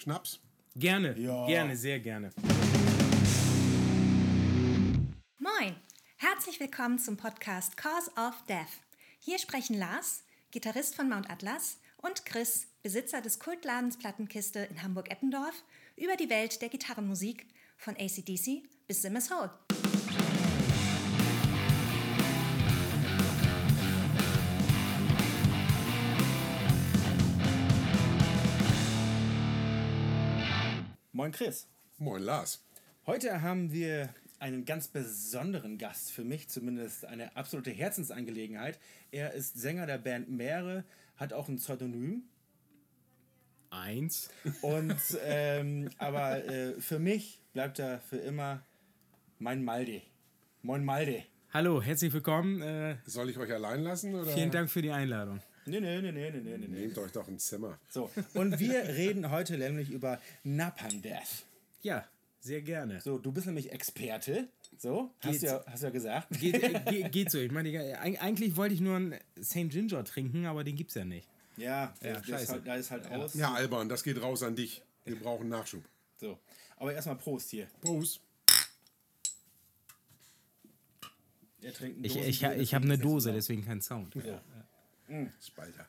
Schnaps? Gerne, Ja. gerne, sehr gerne. Moin, herzlich willkommen zum Podcast Cause of Death. Hier sprechen Lars, Gitarrist von Mount Atlas, und Chris, Besitzer des Kultladens Plattenkiste in Hamburg-Eppendorf, über die Welt der Gitarrenmusik von AC/DC bis Simmers Hole. Moin Chris. Moin Lars. Heute haben wir einen ganz besonderen Gast, für mich zumindest eine absolute Herzensangelegenheit. Er ist Sänger der Band Mähre, hat auch ein Pseudonym. 1. Und aber für mich bleibt er für immer mein Malde. Moin Malde. Hallo, herzlich willkommen. Soll ich euch allein lassen? Oder? Vielen Dank für die Einladung. Nee. Nehmt euch doch ein Zimmer. So, und wir reden heute nämlich über Napalm Death. Ja, sehr gerne. So, du bist nämlich Experte. So, hast du ja gesagt. Geht so. Ich meine, eigentlich wollte ich nur einen St. Ginger trinken, aber den gibt's ja nicht. Ja, scheiße. da ist halt aus. Ja, Alban, das geht raus an dich. Wir brauchen Nachschub. So, aber erstmal Prost hier. Prost. Er trinkt ein Ich Dosenbier, habe eine deswegen ist Dose, es deswegen kein Sound. Ja. Spalter.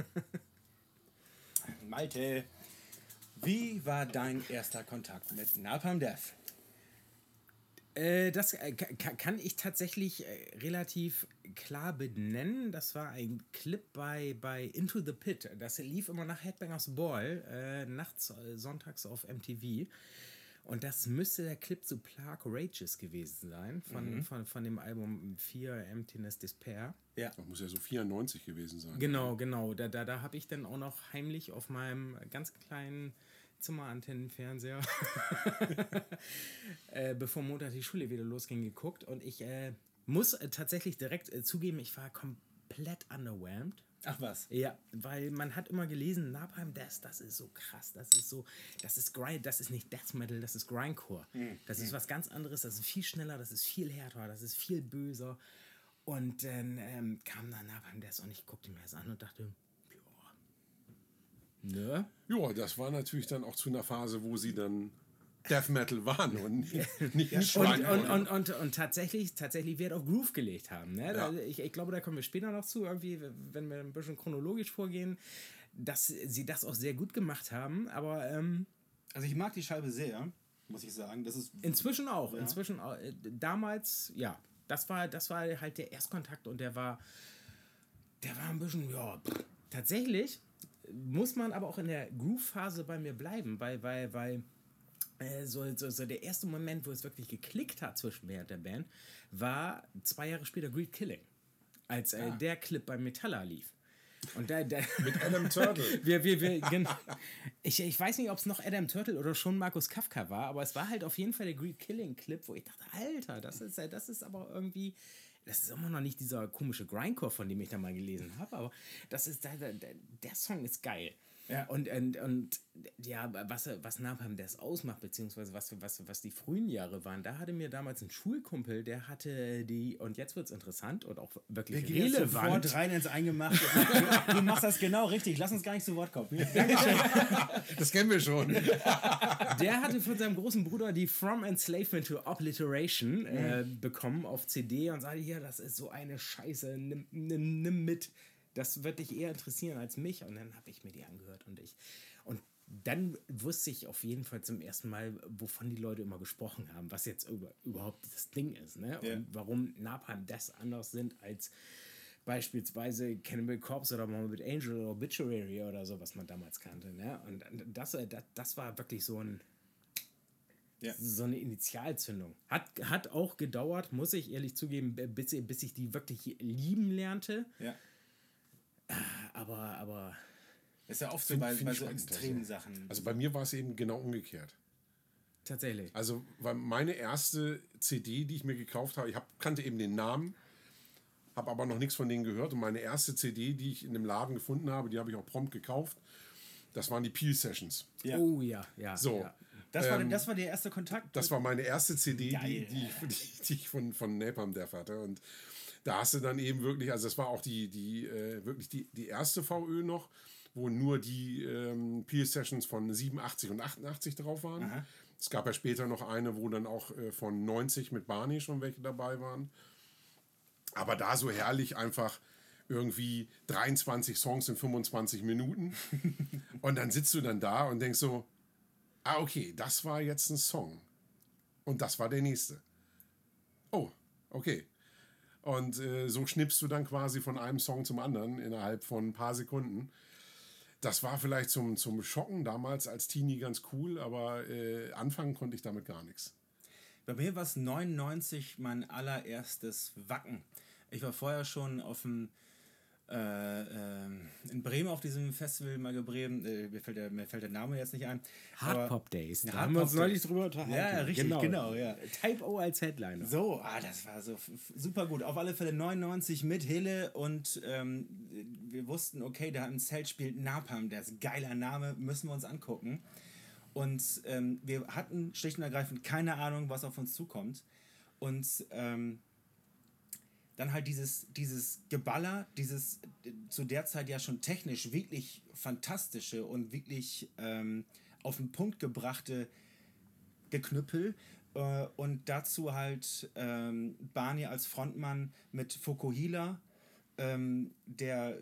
Malte, wie war dein erster Kontakt mit Napalm Death? Das kann ich tatsächlich relativ klar benennen. Das war ein Clip bei Into the Pit. Das lief immer nach Headbangers Ball, nachts, sonntags auf MTV. Und das müsste der Clip zu Plague Rages gewesen sein, von dem Album 4 Emptiness Despair. Ja. Das muss ja so 94 gewesen sein. Genau. Da habe ich dann auch noch heimlich auf meinem ganz kleinen Zimmerantennenfernseher, bevor Montag die Schule wieder losging, geguckt. Und ich muss tatsächlich direkt zugeben, ich war komplett underwhelmed. Ach was? Ja, weil man hat immer gelesen, Napalm Death, das ist so krass, das ist Grind, das ist nicht Death Metal, das ist Grindcore. Das ist was ganz anderes, das ist viel schneller, das ist viel härter, das ist viel böser. Und dann kam dann Napalm Death und ich guckte mir das an und dachte, ja, Ja, das war natürlich dann auch zu einer Phase, wo sie dann Death Metal waren und nicht Und tatsächlich Wert auf Groove gelegt haben. Ne? Ja. Ich glaube, da kommen wir später noch zu, irgendwie, wenn wir ein bisschen chronologisch vorgehen, dass sie das auch sehr gut gemacht haben. Aber Also ich mag die Scheibe sehr, muss ich sagen. Das ist inzwischen auch. Ja. Damals, ja, das war halt der Erstkontakt und der war ein bisschen, ja, tatsächlich muss man aber auch in der Groove-Phase bei mir bleiben, weil so der erste Moment, wo es wirklich geklickt hat zwischen mir und der Band, war 2 Jahre später Greed Killing, als der Clip bei Metalla lief. Und mit Adam Turtle. Ich weiß nicht, ob es noch Adam Turtle oder schon Markus Kafka war, aber es war halt auf jeden Fall der Greed Killing Clip, wo ich dachte, Alter, das ist aber irgendwie, das ist immer noch nicht dieser komische Grindcore, von dem ich da mal gelesen habe, aber das ist der Song ist geil. Ja. Und ja, was Napalm Death ausmacht, beziehungsweise was die frühen Jahre waren, da hatte mir damals ein Schulkumpel, der hatte und jetzt wird es interessant und auch wirklich wir gehen relevant. sofort rein ins Eingemachte. Du machst das genau richtig. Lass uns gar nicht zu Wort kommen. Dankeschön. Das kennen wir schon. Der hatte von seinem großen Bruder die From Enslavement to Obliteration bekommen auf CD und sagte, hier, das ist so eine Scheiße, nimm mit. Das wird dich eher interessieren als mich. Und dann habe ich mir die angehört und dann wusste ich auf jeden Fall zum ersten Mal, wovon die Leute immer gesprochen haben, was jetzt überhaupt das Ding ist, ne? Ja. Und warum Napalm Death anders sind als beispielsweise Cannibal Corpse oder Morbid Angel oder Obituary oder so, was man damals kannte, ne? Und das war wirklich so eine Initialzündung. Hat auch gedauert, muss ich ehrlich zugeben, bis ich die wirklich lieben lernte. Ja. Aber Ist ja oft so bei so spannend, extremen Sachen. Also bei mir war es eben genau umgekehrt. tatsächlich. Also weil meine erste CD, die ich mir gekauft habe, kannte eben den Namen, habe aber noch nichts von denen gehört. Und meine erste CD, die ich in dem Laden gefunden habe, die habe ich auch prompt gekauft. Das waren die Peel Sessions. Ja. Oh ja. So. Ja. Das war der erste Kontakt? Das war meine erste CD, Geil. die ich von Napalm Death hatte. Und da hast du dann eben wirklich, also das war auch wirklich die erste VÖ noch, wo nur die Peel-Sessions von 87 und 88 drauf waren. Aha. Es gab ja später noch eine, wo dann auch von 90 mit Barney schon welche dabei waren. Aber da so herrlich einfach irgendwie 23 Songs in 25 Minuten. Und dann sitzt du dann da und denkst so, okay, das war jetzt ein Song. Und das war der nächste. Oh, okay. Und so schnippst du dann quasi von einem Song zum anderen innerhalb von ein paar Sekunden. Das war vielleicht zum Schocken damals als Teenie ganz cool, aber anfangen konnte ich damit gar nichts. Bei mir war es 99 mein allererstes Wacken. Ich war vorher schon auf dem in Bremen auf diesem Festival mal gebremen. Mir fällt der Name jetzt nicht ein. Hardpop Days. Da Ja, haben wir uns Hardpop neulich drüber unterhalten. Ja, richtig, genau, ja. Type O als Headliner. So, das war so super gut. Auf alle Fälle 99 mit Hille und wir wussten, okay, da im Zelt spielt Napalm, der ist ein geiler Name, müssen wir uns angucken. Und wir hatten schlicht und ergreifend keine Ahnung, was auf uns zukommt. Und dann halt dieses Geballer, dieses zu der Zeit ja schon technisch wirklich fantastische und wirklich auf den Punkt gebrachte Geknüppel und dazu halt Barney als Frontmann mit Fukuhila, der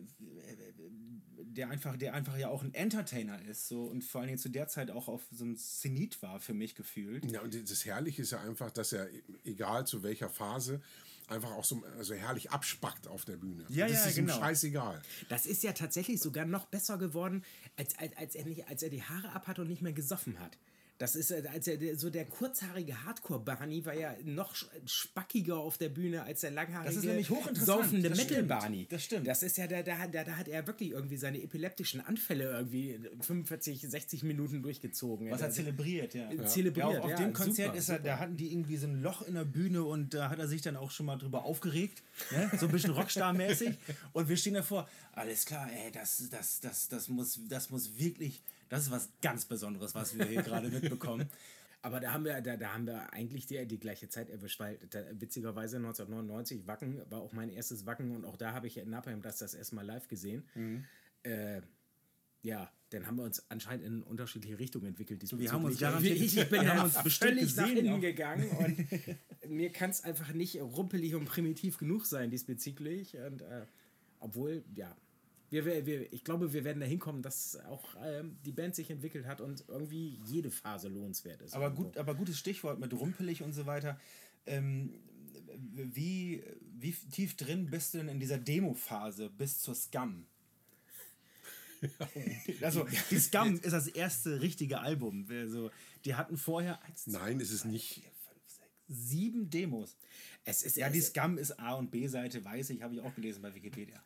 einfach ja auch ein Entertainer ist so, und vor allen Dingen zu der Zeit auch auf so einem Zenit war für mich gefühlt. Ja, und das Herrliche ist ja einfach, dass er, egal zu welcher Phase, einfach auch so also herrlich abspackt auf der Bühne. Ja, das ja, ist genau. ihm scheißegal. Das ist ja tatsächlich sogar noch besser geworden, als er die Haare abhat und nicht mehr gesoffen hat. Das ist, so der kurzhaarige Hardcore-Barney war ja noch spackiger auf der Bühne als der langhaarige, Das ist nämlich hochinteressant. saufende Das stimmt. Metal-Barney. Das stimmt. Das ist ja, da hat er wirklich irgendwie seine epileptischen Anfälle irgendwie 45, 60 Minuten durchgezogen. Was er zelebriert, ja. Zelebriert, Ja, auf ja, dem Konzert super, ist er, super. da hatten die irgendwie so ein Loch in der Bühne und da hat er sich dann auch schon mal drüber aufgeregt, ne? So ein bisschen Rockstar-mäßig. Und wir stehen davor, alles klar, ey, das muss wirklich, das ist was ganz Besonderes, was wir hier gerade mitbekommen. Aber da haben wir eigentlich die gleiche Zeit erwischt, weil witzigerweise 1999 Wacken war auch mein erstes Wacken und auch da habe ich in Napalm das erste Mal live gesehen. Ja, dann haben wir uns anscheinend in unterschiedliche Richtungen entwickelt. Wir haben uns ich bin wir haben ja uns bestimmt völlig nach gesehen innen auch. gegangen und mir kann es einfach nicht rumpelig und primitiv genug sein diesbezüglich. Und obwohl, ja, ich glaube, wir werden dahin kommen, dass auch die Band sich entwickelt hat und irgendwie jede Phase lohnenswert ist. Aber gutes Stichwort mit rumpelig und so weiter. Wie tief drin bist du denn in dieser Demo-Phase bis zur Scum? Also, die Scum ist das erste richtige Album. Also, die hatten vorher Nein, ist es nicht. 7 Demos. Es ist Ja, die Scum ist A- und B-Seite, weiß ich, habe ich auch gelesen bei Wikipedia.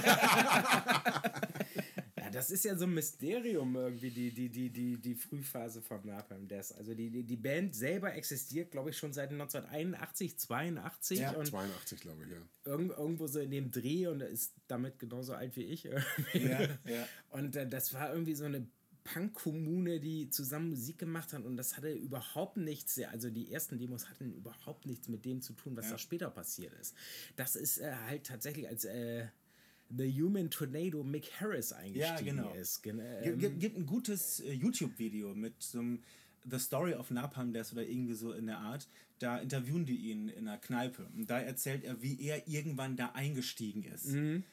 Ja, das ist ja so ein Mysterium irgendwie, die Frühphase von Napalm Death. Also die Band selber existiert, glaube ich, schon seit 1981, 82 Ja, und 82, glaube ich, ja. irgendwo so in dem Dreh und ist damit genauso alt wie ich. Ja. Und das war irgendwie so eine Punk-Kommune, die zusammen Musik gemacht hat und das hatte überhaupt nichts, also die ersten Demos hatten überhaupt nichts mit dem zu tun, was da später passiert ist. Das ist halt tatsächlich als The Human Tornado Mick Harris eingestiegen ist. Gibt ein gutes YouTube-Video mit so einem The Story of Napalm Death oder irgendwie so in der Art. Da interviewen die ihn in einer Kneipe und da erzählt er, wie er irgendwann da eingestiegen ist.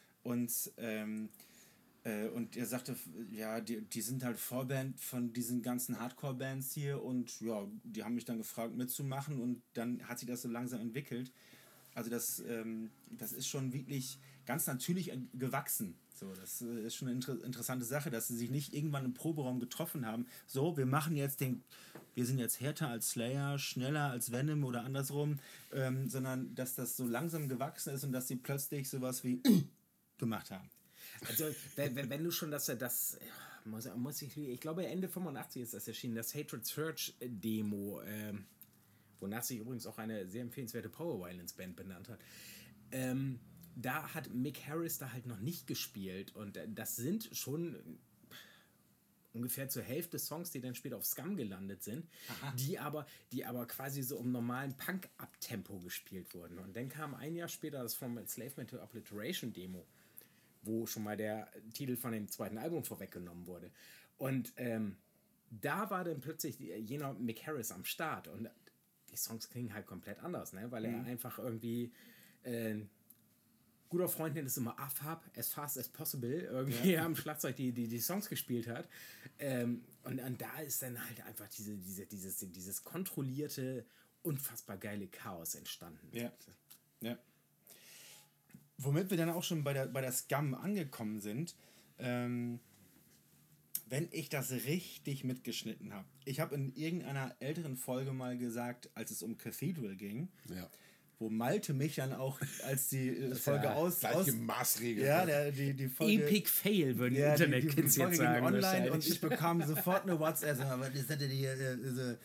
Und er sagte, ja, die sind halt Vorband von diesen ganzen Hardcore-Bands hier und ja, die haben mich dann gefragt mitzumachen und dann hat sich das so langsam entwickelt. Also das ist schon wirklich ganz natürlich gewachsen. So, das ist schon eine interessante Sache, dass sie sich nicht irgendwann im Proberaum getroffen haben. So, wir sind jetzt härter als Slayer, schneller als Venom oder andersrum, sondern dass das so langsam gewachsen ist und dass sie plötzlich sowas wie gemacht haben. Also, wenn du schon ich glaube Ende 85 ist das erschienen, das Hatred Church Demo, wonach sich übrigens auch eine sehr empfehlenswerte Power Violence Band benannt hat. Da hat Mick Harris da halt noch nicht gespielt und das sind schon ungefähr zur Hälfte des Songs, die dann später auf Scum gelandet sind, die aber quasi so im normalen Punk-Up-Tempo gespielt wurden. Und dann kam ein Jahr später das From Enslavement to Obliteration Demo, wo schon mal der Titel von dem zweiten Album vorweggenommen wurde. Und da war dann plötzlich jener Mick Harris am Start und die Songs klingen halt komplett anders, ne? Weil er einfach irgendwie guter Freund nennt es immer AFAB, as fast as possible, irgendwie am Schlagzeug die Songs gespielt hat. Und da ist dann halt einfach dieses kontrollierte, unfassbar geile Chaos entstanden. Ja. Ja. Womit wir dann auch schon bei der Scum angekommen sind, wenn ich das richtig mitgeschnitten habe. Ich habe in irgendeiner älteren Folge mal gesagt, als es um Cathedral ging, wo Malte mich dann auch, als die Folge Maßregel. Ja, die Folge... Epic Fail, würden die Internet-Kids jetzt sagen. Online und ich bekam sofort eine WhatsApp. Was ist das denn hier?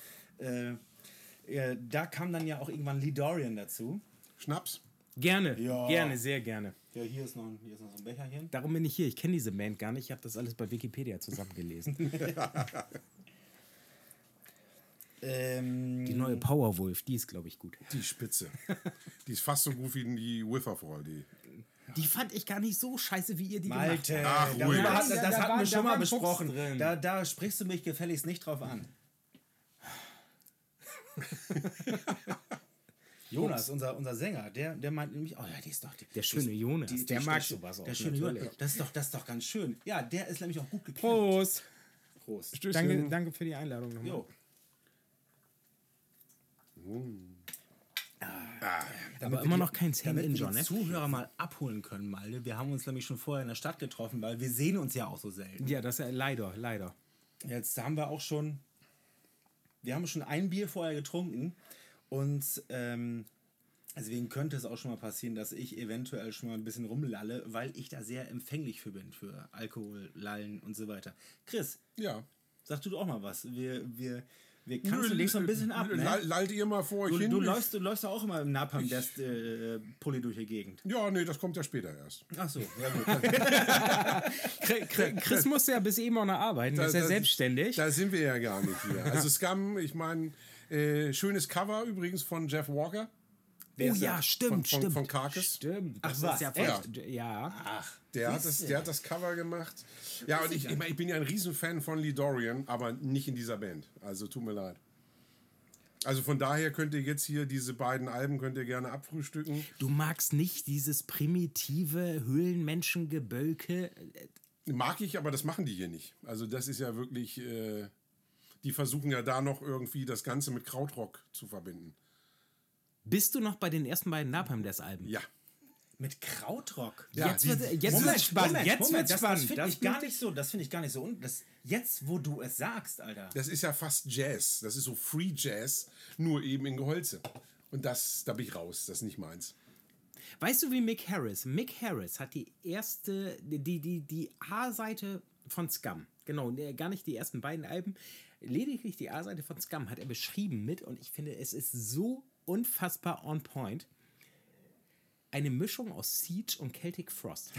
Da kam dann ja auch irgendwann Lee Dorian dazu. Schnaps? Gerne, Ja. gerne, sehr gerne. Ja, hier ist noch so ein Becherchen. Darum bin ich hier. Ich kenne diese Band gar nicht. Ich habe das alles bei Wikipedia zusammengelesen. Die neue Powerwolf, die ist, glaube ich, gut. Die Spitze. Die ist fast so gut wie die Witherfall. Die fand ich gar nicht so scheiße, wie ihr die Malte, gemacht habt. Ach, ruhig. das hatten wir schon mal ein Fuchs besprochen. drin. Da sprichst du mich gefälligst nicht drauf an. Jonas, unser Sänger, der meint nämlich, oh ja, die ist doch... Der schöne Jonas, der mag sowas auch. Der schöne natürlich. Jonas, das ist doch ganz schön. Ja, der ist nämlich auch gut geklärt. Prost. Prost. Danke für die Einladung nochmal. Jo. Aber immer noch kein Same Damit wir Injure, die ne? Zuhörer mal abholen können, Malte. Wir haben uns nämlich schon vorher in der Stadt getroffen, weil wir sehen uns ja auch so selten. Ja, das ist leider. Jetzt haben wir auch schon... Wir haben schon ein Bier vorher getrunken und deswegen könnte es auch schon mal passieren, dass ich eventuell schon mal ein bisschen rumlalle, weil ich da sehr empfänglich für bin, für Alkohol, Lallen und so weiter. Chris, Ja. sag du doch auch mal was. Wir kannst du dich so ein bisschen ab, ne? Lallt ihr mal vor euch hin? Du läufst ja auch immer im Napalm-Pulli durch die Gegend. Ja, nee, das kommt ja später erst. Ach so, ja gut. Chris musste ja bis eben auch noch arbeiten. Der ist ja selbstständig. Da sind wir ja gar nicht hier. Also Scum, ich meine, schönes Cover übrigens von Jeff Walker. Oh ja, stimmt. Von Carcass. Stimmt. Ach, Das was? ist ja Echt? fast, ja. Ach, Der hat das Cover gemacht. Ja, und ich bin ja ein Riesenfan von Lee Dorian, aber nicht in dieser Band. Also tut mir leid. Also von daher könnt ihr jetzt hier diese beiden Alben könnt ihr gerne abfrühstücken. Du magst nicht dieses primitive Höhlenmenschengebölke. Mag ich, aber das machen die hier nicht. Also das ist ja wirklich, die versuchen ja da noch irgendwie das Ganze mit Krautrock zu verbinden. Bist du noch bei den ersten beiden Napalm Death Alben? Ja. mit Krautrock. Ja, Jetzt wird's spannend. Das finde ich gar nicht so. Das finde ich gar nicht so. Und jetzt, wo du es sagst, Alter. Das ist ja fast Jazz. Das ist so Free Jazz, nur eben in Geholze. Und da bin ich raus. Das ist nicht meins. Weißt du, wie Mick Harris? Mick Harris hat die erste, die A-Seite von Scum. Genau, gar nicht die ersten beiden Alben. Lediglich die A-Seite von Scum hat er beschrieben mit, und ich finde, es ist so unfassbar on point. Eine Mischung aus Siege und Celtic Frost.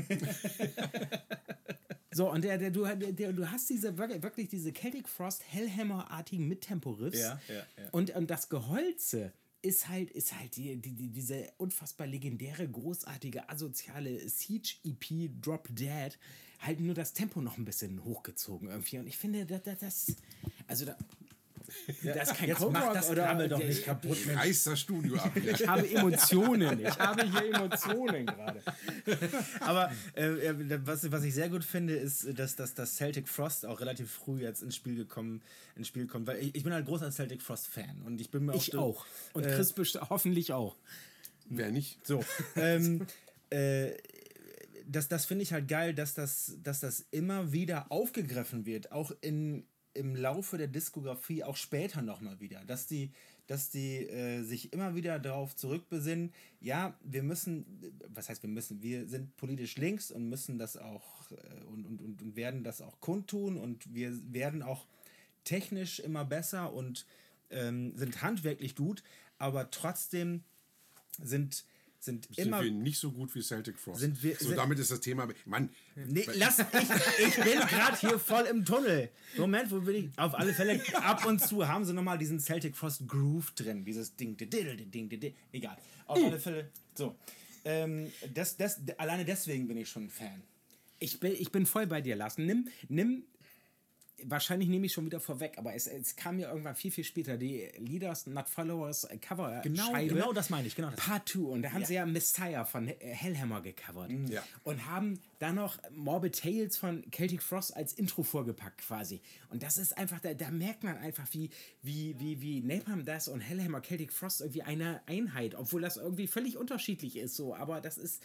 So, und du hast wirklich diese Celtic Frost Hellhammer-artigen Mittempo-Riffs. Ja. Und das Geholze ist halt diese unfassbar legendäre, großartige, asoziale Siege-EP Drop Dead, halt nur das Tempo noch ein bisschen hochgezogen irgendwie. Und ich finde, das ist kein Jetzt macht das Kabel doch nicht kaputt. Reiß das Studio ab. Ich habe Emotionen. Ich habe hier Emotionen gerade. Aber was ich sehr gut finde, ist, dass das Celtic Frost auch relativ früh jetzt ins Spiel kommt. Weil ich bin halt großer Celtic Frost-Fan. Und ich bin mir auch. Und Chris hoffentlich auch. Wer nicht? So. Das finde ich halt geil, dass das immer wieder aufgegriffen wird. Auch im Laufe der Diskografie, auch später nochmal wieder. Dass die sich immer wieder darauf zurückbesinnen, ja, wir sind politisch links und müssen das auch und werden das auch kundtun, und wir werden auch technisch immer besser und sind handwerklich gut, aber trotzdem sind immer... wir nicht so gut wie Celtic Frost. Damit ist das Thema... Mann, Nee, ich bin gerade hier voll im Tunnel. Moment, wo bin ich? Auf alle Fälle, ab und zu haben sie nochmal diesen Celtic Frost Groove drin. Dieses Ding, egal. Auf alle Fälle, so. Alleine deswegen bin ich schon ein Fan. Ich bin voll bei dir, Lars. Wahrscheinlich nehme ich schon wieder vorweg, aber es kam ja irgendwann viel, viel später die Leaders Not Followers Cover Scheibe. Genau das meine ich. Genau das. Part 2. Und da haben sie ja Messiah von Hellhammer gecovert. Ja. Und haben dann noch Morbid Tales von Celtic Frost als Intro vorgepackt quasi. Und das ist einfach, da merkt man einfach, wie Napalm Death und Hellhammer Celtic Frost irgendwie eine Einheit, obwohl das irgendwie völlig unterschiedlich ist. So. Aber das ist...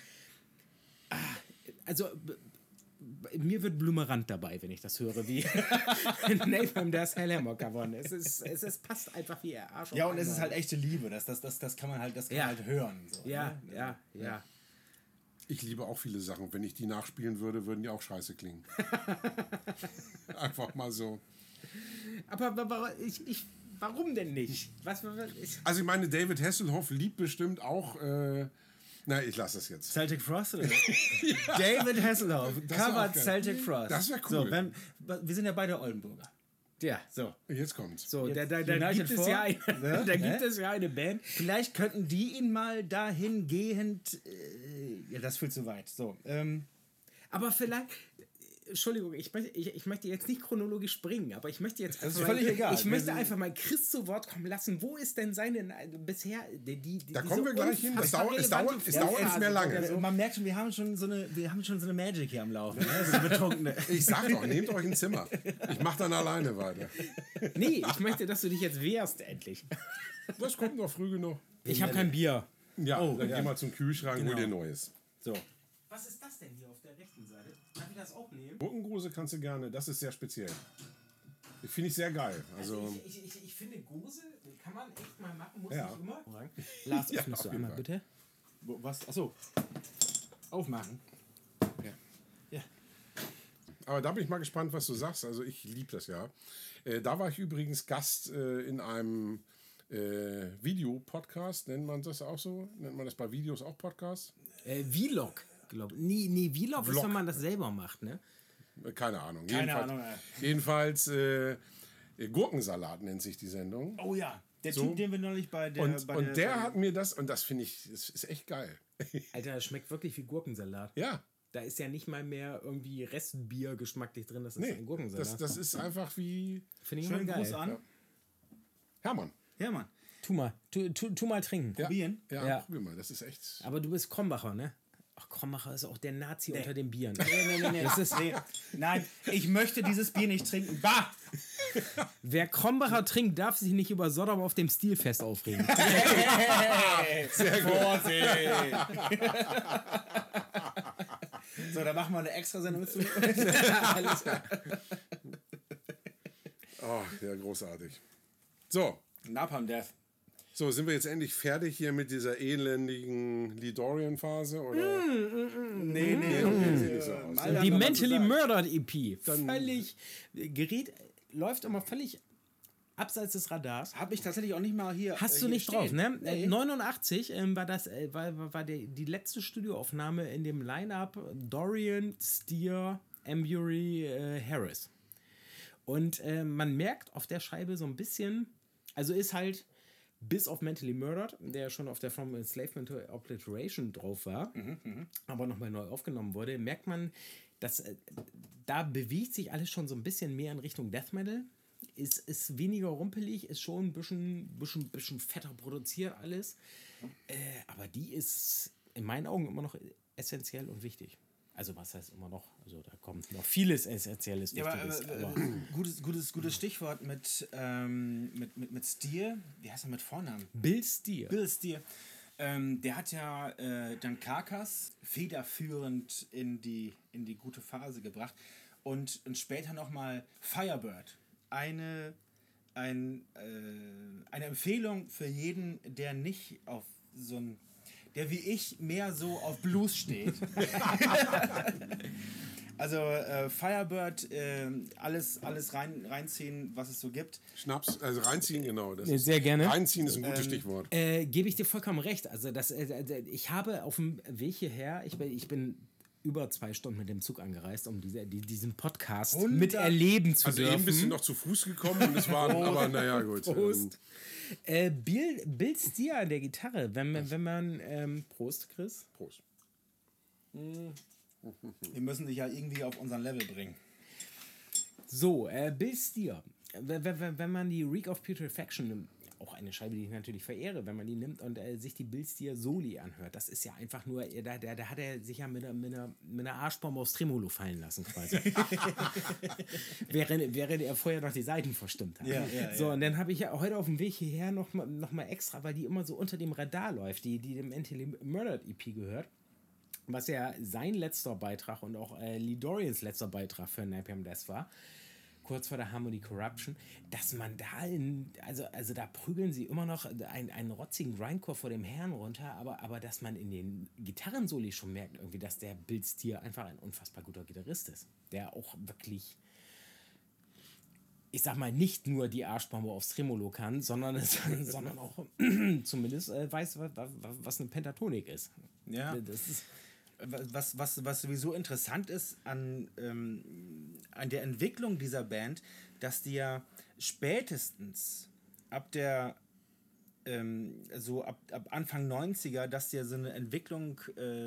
mir wird Blumerand dabei, wenn ich das höre, wie Napalm Death Hellhammer covern. Es passt einfach wie er Arsch. Ja, und es ist halt echte Liebe. Das kann man halt, halt hören. So, ja, ne? ja. Ich liebe auch viele Sachen. Wenn ich die nachspielen würde, würden die auch scheiße klingen. Einfach mal so. Aber warum denn nicht? Also ich meine, David Hasselhoff liebt bestimmt auch... ich lasse es jetzt. Celtic Frost oder? David Hasselhoff covert Celtic Frost. Das wäre cool. So, wir sind ja beide Oldenburger. Ja. So. Jetzt kommt's. So, da United gibt es ja eine Band. Vielleicht könnten die ihn mal dahingehend... ja, das führt zu weit. So. Aber vielleicht... Entschuldigung, ich möchte jetzt nicht chronologisch springen, aber ich möchte jetzt... Das ist völlig egal. Ich möchte einfach mal Chris zu Wort kommen lassen. Wo ist denn seine bisher... Da kommen wir gleich hin. Es dauert nicht mehr lange. Also, man merkt schon, wir haben schon so eine Magic hier am Laufen. Ne? So Betrunkene. Ich sag doch, nehmt euch ein Zimmer. Ich mach dann alleine weiter. Nee, ich möchte, dass du dich jetzt wehrst, endlich. Das kommt noch früh genug. Ich habe kein Bier. Ja, dann geh mal zum Kühlschrank, hol dir Neues. So. Was ist das denn hier auf der rechten Seite? Kann ich das auch nehmen? Gurkengruse kannst du gerne, das ist sehr speziell. Finde ich sehr geil. Also ich finde, Gose kann man echt mal machen, muss Ja. nicht immer. Lars, öffnest du auf jeden einmal Fall. bitte? Was? Achso. Aufmachen. Aber da bin ich mal gespannt, was du sagst. Also ich liebe das ja. Da war ich übrigens Gast in einem Videopodcast. Nennt man das auch so? Nennt man das bei Videos auch Podcast? Vlog, glaube ich. Nee, Vlog ist, wenn man das selber macht, ne? Keine Ahnung. Ahnung. Jedenfalls Gurkensalat nennt sich die Sendung. Oh ja. Der So. Typ, den wir neulich bei der... Und der hat mir das, und das finde ich, das ist echt geil. Alter, das schmeckt wirklich wie Gurkensalat. Ja. Da ist ja nicht mal mehr irgendwie Restbier geschmacklich drin, das ist Nee, ein Gurkensalat. das ist einfach wie Finde ich mal Schönen geil. Gruß an. Hermann. Ja, Mann. Tu mal trinken. Ja. Probieren? Ja, probier mal. Das ist echt... Aber du bist Krombacher, ne? Ach, Krombacher ist auch der Nazi unter den Bieren. Nee. Das ist, nein, ich möchte dieses Bier nicht trinken. Bah! Wer Krombacher trinkt, darf sich nicht über Sodom auf dem Stilfest aufregen. Sehr gut. So, dann machen wir eine extra Sendung mit. Alles klar. Oh, ja, großartig. So, Napalm Death. so, sind wir jetzt endlich fertig hier mit dieser elendigen Lidorian-Phase? Oder? Nee. Sieht nicht so aus. Alter, Die noch was Mentally zu sagen. Murdered EP. Völlig... Gerät läuft immer völlig abseits des Radars. Hab ich tatsächlich auch nicht mal hier. Hast du hier nicht stehen. drauf, ne? Nee. 89 war das war die letzte Studioaufnahme in dem Line-Up Dorian, Steer, Embury, Harris. Und man merkt auf der Scheibe so ein bisschen, also ist halt bis auf Mentally Murdered, der schon auf der From Enslavement to Obliteration drauf war, aber nochmal neu aufgenommen wurde, merkt man, dass da bewegt sich alles schon so ein bisschen mehr in Richtung Death Metal. Ist weniger rumpelig, ist schon ein bisschen fetter produziert alles. Aber die ist in meinen Augen immer noch essentiell und wichtig. Also was heißt immer noch? Also da kommt noch vieles Essentielles Wichtiges. Aber, gutes Stichwort mit Steer. Wie heißt er mit Vornamen? Bill Steer. Bill Steer. Der hat ja dann Carcass federführend in die gute Phase gebracht und später nochmal Firebird. Eine Empfehlung für jeden, der nicht auf so ein, der wie ich mehr so auf Blues steht. Also Firebird, alles reinziehen, was es so gibt. Schnaps, also reinziehen, genau. Das Sehr gerne. Reinziehen ist ein gutes Stichwort. Gebe ich dir vollkommen recht. Also ich habe auf dem Weg hierher, ich bin über 2 Stunden mit dem Zug angereist, um diesen Podcast miterleben zu Also dürfen. eben bist du noch zu Fuß gekommen und es waren, aber naja, gut. Prost. Bill Steer an der Gitarre, wenn man Prost, Chris. Prost. Wir müssen dich ja irgendwie auf unseren Level bringen. So, Bill Steer. Wenn man die Reek of Putrefaction nimmt, auch eine Scheibe, die ich natürlich verehre, wenn man die nimmt und sich die Bill Steer Soli anhört, das ist ja einfach nur, da hat er sich ja mit einer Arschbombe aufs Tremolo fallen lassen quasi. während er vorher noch die Saiten verstimmt hat. So, und dann habe ich ja heute auf dem Weg hierher noch mal extra, weil die immer so unter dem Radar läuft, die dem Entirely Murdered EP gehört, was ja sein letzter Beitrag und auch Lee Dorians letzter Beitrag für Napalm Death war, kurz vor der Harmony Corruption, dass man da also da prügeln sie immer noch einen rotzigen Grindcore vor dem Herrn runter, aber dass man in den Gitarrensoli schon merkt irgendwie, dass der Bill Steer einfach ein unfassbar guter Gitarrist ist, der auch wirklich, ich sag mal, nicht nur die Arschbombe aufs Tremolo kann, sondern auch zumindest weiß, was eine Pentatonik ist. Ja. Das ist Was sowieso interessant ist an der Entwicklung dieser Band, dass die ja spätestens ab der ab Anfang 90er, dass die ja so eine Entwicklung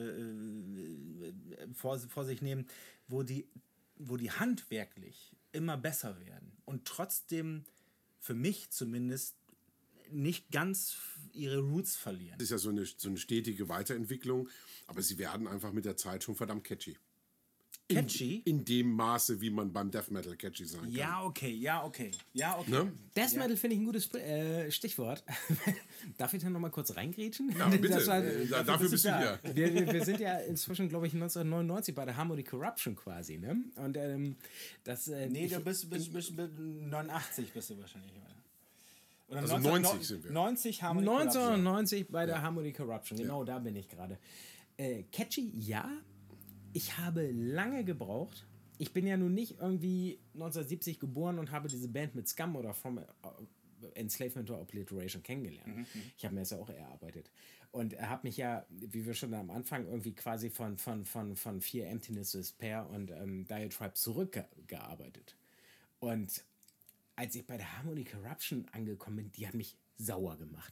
vor sich nehmen, wo die handwerklich immer besser werden und trotzdem, für mich zumindest, nicht ganz ihre Roots verlieren. Das ist ja so eine stetige Weiterentwicklung, aber sie werden einfach mit der Zeit schon verdammt catchy. Catchy? In dem Maße, wie man beim Death Metal catchy sein kann. Ja, okay. Ne? Death Metal finde ich ein gutes Stichwort. Darf ich da noch mal kurz reingrätschen? Ja, bitte. Dafür bist du hier. Wir sind ja inzwischen, glaube ich, 1999 bei der Harmony Corruption quasi. Ne? Und du bist 89 bist du wahrscheinlich. Oder also 90 sind wir. 90 Harmony 1990 bei der Harmony Corruption. Genau, da bin ich gerade. Catchy, ja. Ich habe lange gebraucht. Ich bin ja nun nicht irgendwie 1970 geboren und habe diese Band mit Scum oder From Enslavement or Obliteration kennengelernt. Ich habe mir das ja auch erarbeitet. Und er hat mich ja, wie wir schon am Anfang, irgendwie quasi von Fear, Emptiness, Despair und Diatribe zurückgearbeitet. Und als ich bei der Harmony Corruption angekommen bin, die hat mich sauer gemacht.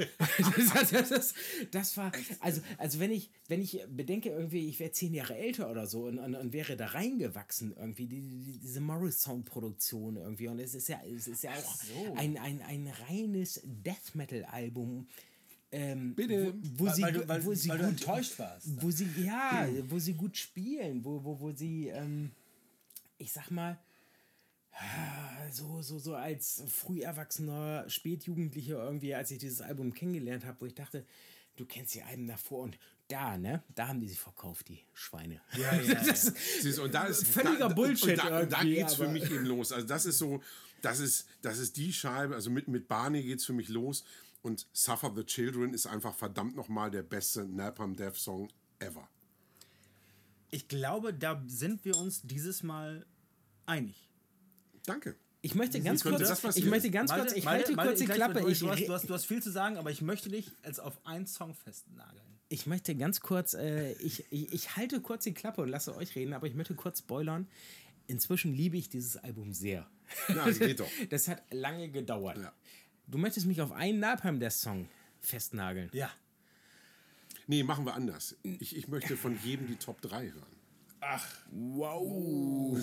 das war, also wenn ich bedenke, irgendwie, ich wäre 10 Jahre älter oder so und wäre da reingewachsen, irgendwie, diese Morrison-Produktion irgendwie, und es ist ja auch so ein reines Death-Metal-Album, Bitte. Weil du enttäuscht warst. Wo sie gut spielen, wo sie, ich sag mal, so als früh erwachsener Spätjugendlicher irgendwie, als ich dieses Album kennengelernt habe, wo ich dachte, du kennst die Alben davor und da haben die sich verkauft, die Schweine. Ja. Und da ist völliger Bullshit. Und da geht's für mich eben los. Also das ist so, das ist die Scheibe, also mit Barney geht's für mich los und Suffer the Children ist einfach verdammt nochmal der beste Napalm Death Song ever. Ich glaube, da sind wir uns dieses Mal einig. Danke. Ich möchte ganz kurz, ich halte kurz die Klappe. Du hast viel zu sagen, aber ich möchte dich als auf einen Song festnageln. Ich möchte ganz kurz, ich halte kurz die Klappe und lasse euch reden, aber ich möchte kurz spoilern. Inzwischen liebe ich dieses Album sehr. Ja, das geht doch. Das hat lange gedauert. Ja. Du möchtest mich auf einen Napalm Death Song festnageln. Ja. Nee, machen wir anders. Ich möchte von jedem die Top 3 hören. Ach, wow.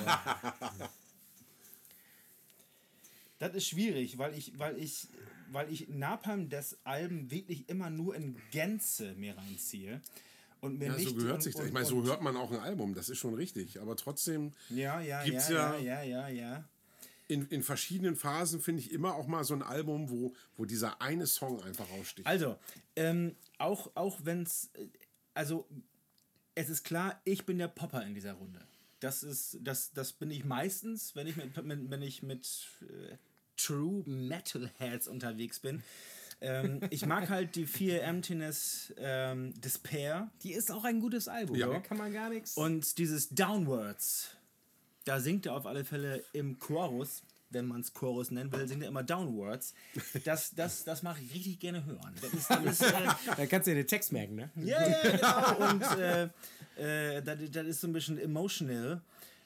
Das ist schwierig, weil ich Napalm des Alben wirklich immer nur in Gänze mir reinziehe. Und mir nicht, so gehört sich das. Ich meine, so hört man auch ein Album, das ist schon richtig. Aber trotzdem gibt's ja. In verschiedenen Phasen finde ich immer auch mal so ein Album, wo dieser eine Song einfach raussticht. Also, auch wenn es, also es ist klar, ich bin der Popper in dieser Runde. Das bin ich meistens, wenn ich mit True Metalheads unterwegs bin. Ich mag halt die Fear, Emptiness, Despair. Die ist auch ein gutes Album, ja. Da kann man gar nichts. Und dieses Downwards, da singt er auf alle Fälle im Chorus, wenn man es Chorus nennen will, singt er immer Downwards. Das mache ich richtig gerne hören. Da kannst du dir den Text merken, ne? Ja, genau. Und das ist so ein bisschen emotional.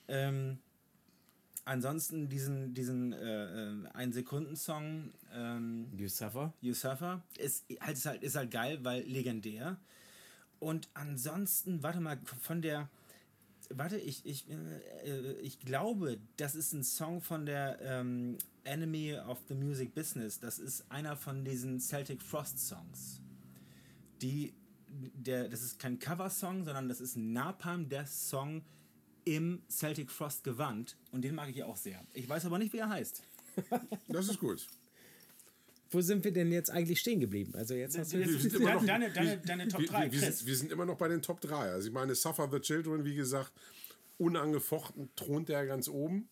Ansonsten diesen 1-Sekunden-Song You Suffer. You Suffer ist halt geil, weil legendär. Und ansonsten, ich glaube, das ist ein Song von der Enemy of the Music Business. Das ist einer von diesen Celtic Frost Songs. Das ist kein Coversong, sondern das ist Napalm Death Song im Celtic Frost Gewand. Und den mag ich auch sehr. Ich weiß aber nicht, wie er heißt. Das ist gut. Wo sind wir denn jetzt eigentlich stehen geblieben? Also jetzt hast du Deine Top 3. Wir sind immer noch bei den Top 3. Also ich meine, Suffer the Children, wie gesagt, unangefochten thront der ganz oben.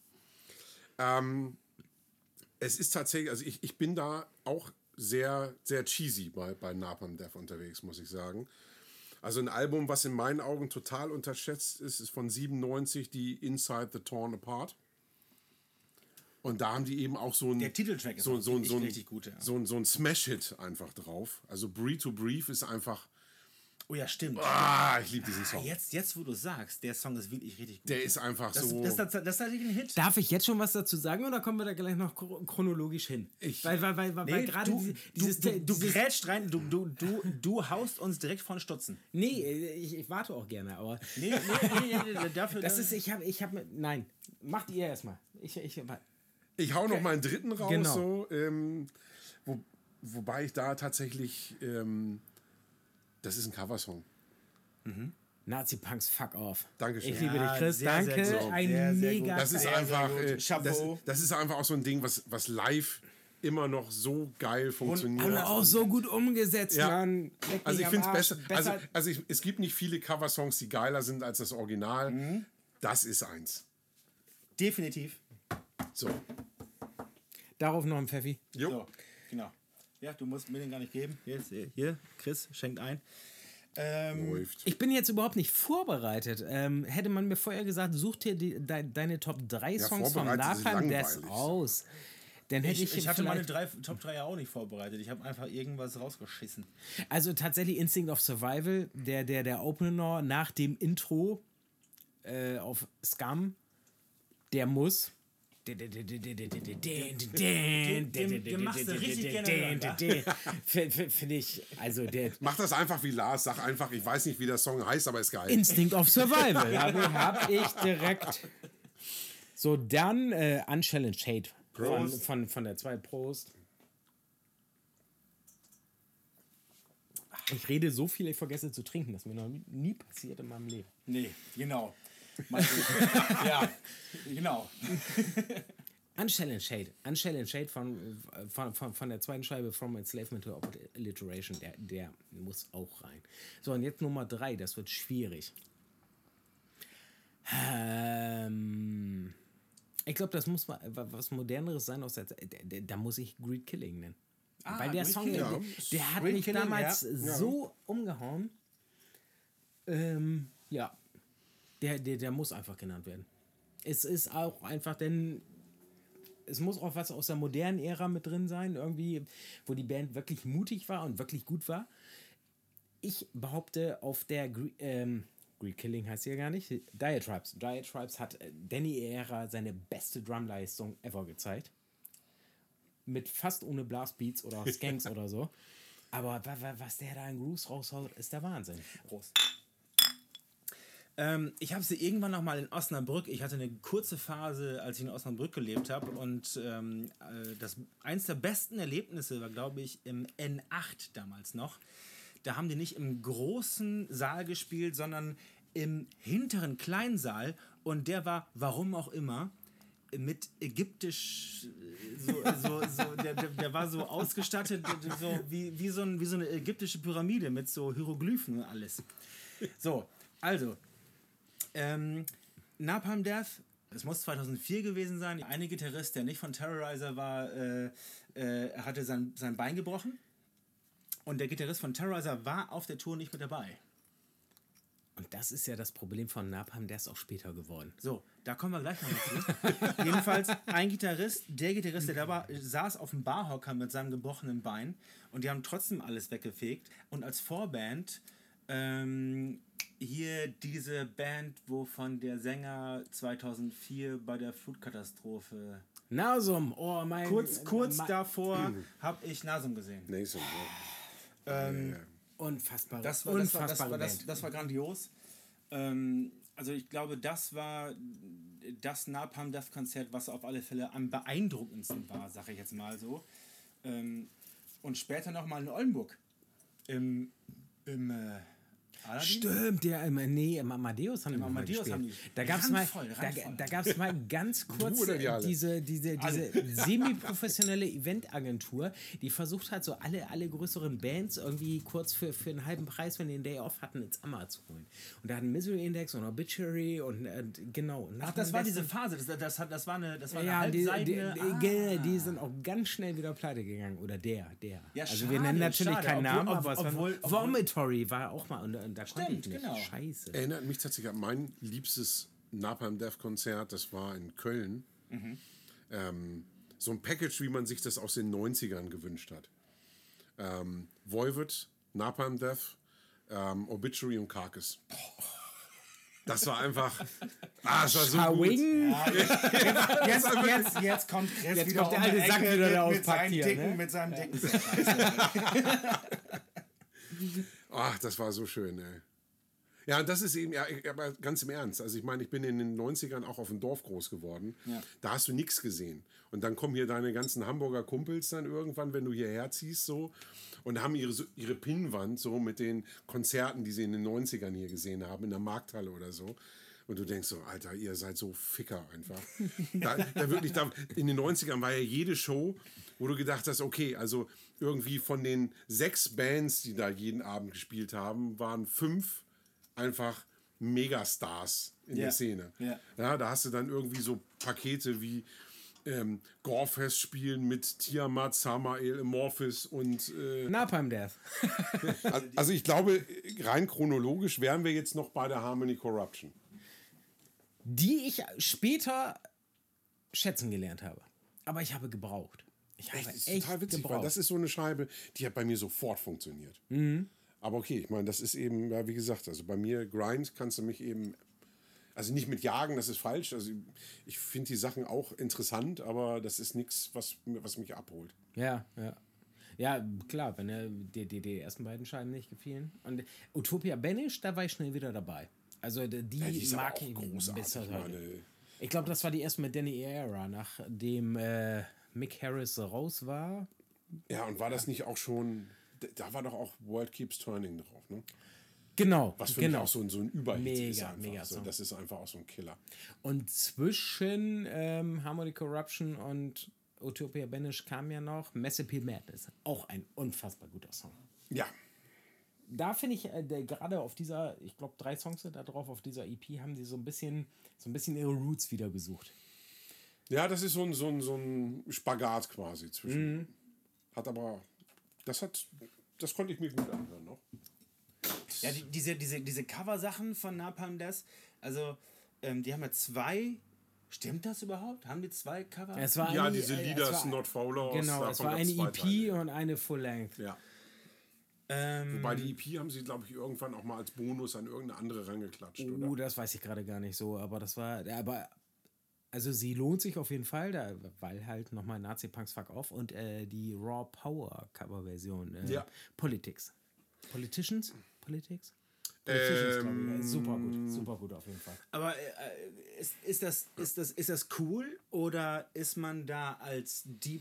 Es ist tatsächlich, also ich bin da auch sehr, sehr cheesy bei Napalm Death unterwegs, muss ich sagen. Also ein Album, was in meinen Augen total unterschätzt ist, ist von 97, die Inside the Torn Apart. Und da haben die eben auch so ein... Der Titeltrack ist richtig gut, ja. So ein Smash-Hit einfach drauf. Also Breathe to Brief ist einfach... Oh ja, stimmt. Ich liebe diesen Song. Jetzt, wo du sagst, der Song ist wirklich richtig gut. Der ist einfach so... Das ist tatsächlich ein Hit. Darf ich jetzt schon was dazu sagen oder kommen wir da gleich noch chronologisch hin? Weil gerade du grätscht rein, du haust uns direkt von Stutzen. Nee, ich warte auch gerne, aber... Nee, dafür... Nein, macht ihr erstmal. Ich hau noch meinen dritten raus, Genau. so, wobei ich da tatsächlich, das ist ein Coversong. Nazi-Punks, fuck off. Dankeschön. Ich liebe dich, Chris. Sehr, Danke. sehr gut. Ein Sehr, sehr mega... gut. Das ist Sehr, einfach, sehr gut. Chapeau. das ist einfach auch so ein Ding, was live immer noch so geil funktioniert. Und auch so gut umgesetzt, Ja. Mann. Also ich finde es besser. Es gibt nicht viele Coversongs, die geiler sind als das Original. Das ist eins. Definitiv. So. Darauf noch ein Pfeffi. Jo. So, genau. Ja, du musst mir den gar nicht geben. Jetzt, hier, Chris schenkt ein. Läuft. Ich bin jetzt überhaupt nicht vorbereitet. Hätte man mir vorher gesagt, such dir deine Top 3 Songs von vorbereitet ist Napalm Death langweilig. aus. Dann hätte Ich hatte meine vielleicht- Top 3 ja auch nicht vorbereitet. Ich habe einfach irgendwas rausgeschissen. Also tatsächlich Instinct of Survival, der Opener nach dem Intro auf Scum, der muss. Den machst du richtig gerne, Finde ich, also der Mach das einfach wie Lars. Sag einfach, ich weiß nicht, wie der Song heißt, aber ist geil. Instinct of Survival hab ich direkt. So, dann Unchallenged Hate von der 2 Prost. Ich rede so viel, ich vergesse zu trinken. Das ist mir noch nie passiert in meinem Leben. Nee, genau. Ja, genau. Unchallenged Hate von der zweiten Scheibe From Enslavement to Alliteration, der muss auch rein. So, und jetzt Nummer 3, das wird schwierig. Ich glaube, das muss mal was Moderneres sein aus der Zeit. Da muss ich Greed Killing nennen. Weil der Greed Song, Killing, der hat Greed mich Killing, damals ja. so umgehauen. Ja. Der muss einfach genannt werden. Es ist auch einfach, denn es muss auch was aus der modernen Ära mit drin sein, irgendwie, wo die Band wirklich mutig war und wirklich gut war. Ich behaupte, auf der Greed Killing heißt sie ja gar nicht, Diatribes. Diatribes hat Danny Ära seine beste Drumleistung ever gezeigt. Mit fast ohne Blastbeats oder Skanks oder so. Aber was der da in Grooves raushaut, ist der Wahnsinn. Prost. Ich habe sie irgendwann noch mal in Osnabrück. Ich hatte eine kurze Phase, als ich in Osnabrück gelebt habe. Und eins der besten Erlebnisse war, glaube ich, im N8 damals noch. Da haben die nicht im großen Saal gespielt, sondern im hinteren Kleinsaal. Und der war, warum auch immer, mit ägyptisch, der war so ausgestattet, so wie so eine ägyptische Pyramide mit so Hieroglyphen und alles. So, also, Napalm Death, es muss 2004 gewesen sein. Ein Gitarrist, der nicht von Terrorizer war, hatte sein Bein gebrochen. Und der Gitarrist von Terrorizer war auf der Tour nicht mit dabei. Und das ist ja das Problem von Napalm, der ist auch später geworden. So, da kommen wir gleich noch zu. Jedenfalls, ein Gitarrist, der da war, saß auf dem Barhocker mit seinem gebrochenen Bein und die haben trotzdem alles weggefegt. Und als Vorband hier diese Band, wovon der Sänger 2004 bei der Flutkatastrophe... Nasum, oh mein... Kurz davor habe ich Nasum gesehen. Nasum, Unfassbar. Das war grandios. Also ich glaube, das war das Napalm Death Konzert, was auf alle Fälle am beeindruckendsten war, sage ich jetzt mal so. Und später nochmal in Oldenburg. Im Aladdin? Stimmt, im Amadeus haben die gespielt. Da gab es mal ganz kurz diese semi-professionelle Eventagentur, die versucht hat, so alle größeren Bands irgendwie kurz für einen halben Preis, wenn die einen Day Off hatten, ins Amma zu holen. Und da hatten Misery Index und Obituary und genau. Ach, das war diese Phase, das war eine die sind auch ganz schnell wieder pleite gegangen. Oder der. Ja, also wir nennen natürlich keinen Namen, aber Vomitory war auch mal. Und da konnte ich nicht. Genau. Scheiße. Erinnert mich tatsächlich an mein liebstes Napalm Death Konzert, das war in Köln. So ein Package, wie man sich das aus den 90ern gewünscht hat. Voivod, Napalm Death, Obituary und Carcass. Das war einfach... das war so gut. Jetzt kommt Chris Jetzt wieder kommt der alte Sack wieder da auspackt hier. Mit seinem dicken Ach, das war so schön, ey. Ja, und das ist eben, aber ganz im Ernst. Also ich meine, ich bin in den 90ern auch auf dem Dorf groß geworden. Ja. Da hast du nichts gesehen. Und dann kommen hier deine ganzen Hamburger Kumpels dann irgendwann, wenn du hierher ziehst, so. Und haben ihre Pinnwand so mit den Konzerten, die sie in den 90ern hier gesehen haben, in der Markthalle oder so. Und du denkst so, Alter, ihr seid so Ficker einfach. In den 90ern war ja jede Show, wo du gedacht hast, okay, also irgendwie von den 6 Bands, die da jeden Abend gespielt haben, waren 5 einfach Megastars in der Szene. Ja, da hast du dann irgendwie so Pakete wie Gorefest spielen mit Tiamat, Samael, Amorphis und Napalm Death. Also ich glaube, rein chronologisch wären wir jetzt noch bei der Harmony Corruption. Die ich später schätzen gelernt habe. Aber ich habe gebraucht. Ich habe echt total witzig, gebraucht. weil das ist so eine Scheibe, die hat bei mir sofort funktioniert. Aber okay, ich meine, das ist eben, ja, wie gesagt, also bei mir, Grind kannst du mich eben, also nicht mit jagen, das ist falsch. Also ich finde die Sachen auch interessant, aber das ist nichts, was mich abholt. Ja. Ja, klar, wenn die ersten beiden Scheiben nicht gefielen. Und Utopia Banish, da war ich schnell wieder dabei. Also die mag ich bis heute. Ich glaube, das war die erste mit Danny Era, nachdem Mick Harris raus war. Ja, und war das nicht auch schon, da war doch auch World Keeps Turning drauf, ne? Genau. Was für mich auch so ein Überhit ist einfach. Mega so, das ist einfach auch so ein Killer. Und zwischen Harmony Corruption und Utopia Banish kam ja noch Massive Madness. Auch ein unfassbar guter Song. Ja. Da finde ich, gerade auf dieser, ich glaube 3 Songs sind da drauf, auf dieser EP haben die so ein bisschen ihre Roots wieder gesucht. Ja, das ist so ein Spagat quasi zwischen. Hat aber, das konnte ich mir gut anhören noch. Ja, diese Cover-Sachen von Napalm Death, also die haben ja 2. Stimmt das überhaupt? Haben die 2 Cover? Diese Leaders Not Fowler. Genau, es war eine EP und eine Full-Length. Ja. Wobei die EP haben sie, glaube ich, irgendwann auch mal als Bonus an irgendeine andere rangeklatscht, oder? Das weiß ich gerade gar nicht so, aber das war, also sie lohnt sich auf jeden Fall, weil halt nochmal Nazi-Punks Fuck Off und die Raw Power Coverversion, Politics. Politics, glaube ich. Super gut auf jeden Fall. Aber ist das cool oder ist man da als Deep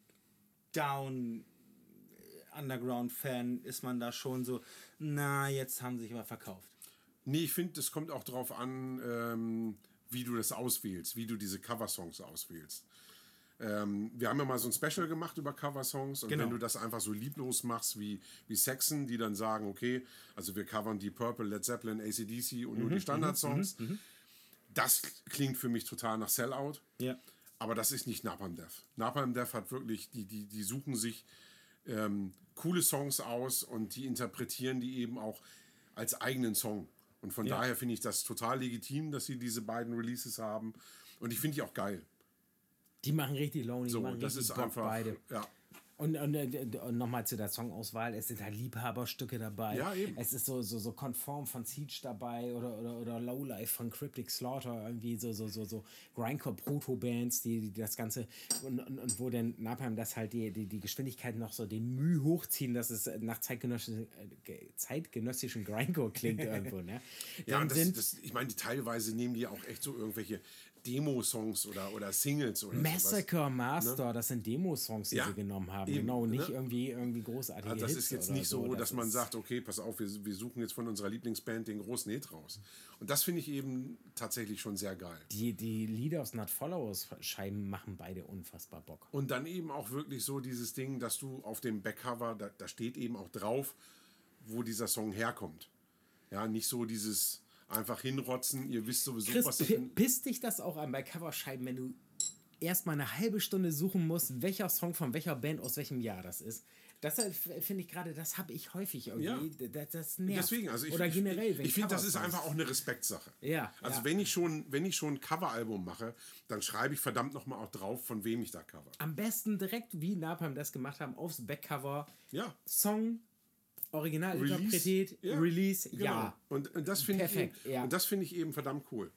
Down Underground-Fan, ist man da schon so, jetzt haben sie sich aber verkauft? Nee, ich finde, das kommt auch drauf an, wie du das auswählst, wie du diese Coversongs auswählst. Wir haben ja mal so ein Special gemacht über Coversongs und wenn du das einfach so lieblos machst wie Saxon, die dann sagen, okay, also wir covern die Purple, Led Zeppelin, AC/DC und nur die Standardsongs, das klingt für mich total nach Sellout, aber das ist nicht Napalm Death. Napalm Death hat wirklich, die suchen sich coole Songs aus und die interpretieren die eben auch als eigenen Song. Und von daher finde ich das total legitim, dass sie diese beiden Releases haben. Und ich finde die auch geil. Die machen richtig Laune, die So, machen das richtig ist Bock, einfach, beide. ja. Und nochmal zu der Songauswahl, es sind halt Liebhaberstücke dabei. Ja, eben. Es ist so Conform von Siege dabei oder Lowlife von Cryptic Slaughter, irgendwie so Grindcore-Proto-Bands, die das Ganze und wo dann Napalm das halt die Geschwindigkeit noch so den Mühe hochziehen, dass es nach zeitgenössischen Grindcore klingt irgendwo. Ne? Ja, Dann und ich meine, teilweise nehmen die auch echt so irgendwelche Demo-Songs oder Singles oder Massacre sowas. Master, das sind Demo-Songs, die Ja, sie genommen haben. eben, Genau, nicht ne? irgendwie großartige Also das Hits ist jetzt oder nicht so, dass man ist- sagt, okay, pass auf, wir suchen jetzt von unserer Lieblingsband den großen Hit raus. Und das finde ich eben tatsächlich schon sehr geil. Die Leaders Not Followers Scheiben machen beide unfassbar Bock. Und dann eben auch wirklich so dieses Ding, dass du auf dem Backcover, da steht eben auch drauf, wo dieser Song herkommt. Ja, nicht so dieses einfach hinrotzen, ihr wisst sowieso, Chris, was das pisst dich das auch an bei Coverscheiben, wenn du erstmal eine halbe Stunde suchen musst, welcher Song von welcher Band aus welchem Jahr das ist? Das finde ich gerade, das habe ich häufig irgendwie. Ja. Das nervt. Deswegen, also Oder generell, wenn ich finde, das ist Coversongs- einfach auch eine Respektsache. Ja, Also ja. wenn ich schon ein Coveralbum mache, dann schreibe ich verdammt nochmal auch drauf, von wem ich da cover. Am besten direkt, wie Napalm das gemacht haben, aufs Backcover. Ja. Song, Originalinterpretät, Release, Genau. ja. Und das finde ich, Perfekt, ja. und das finde ich eben verdammt cool.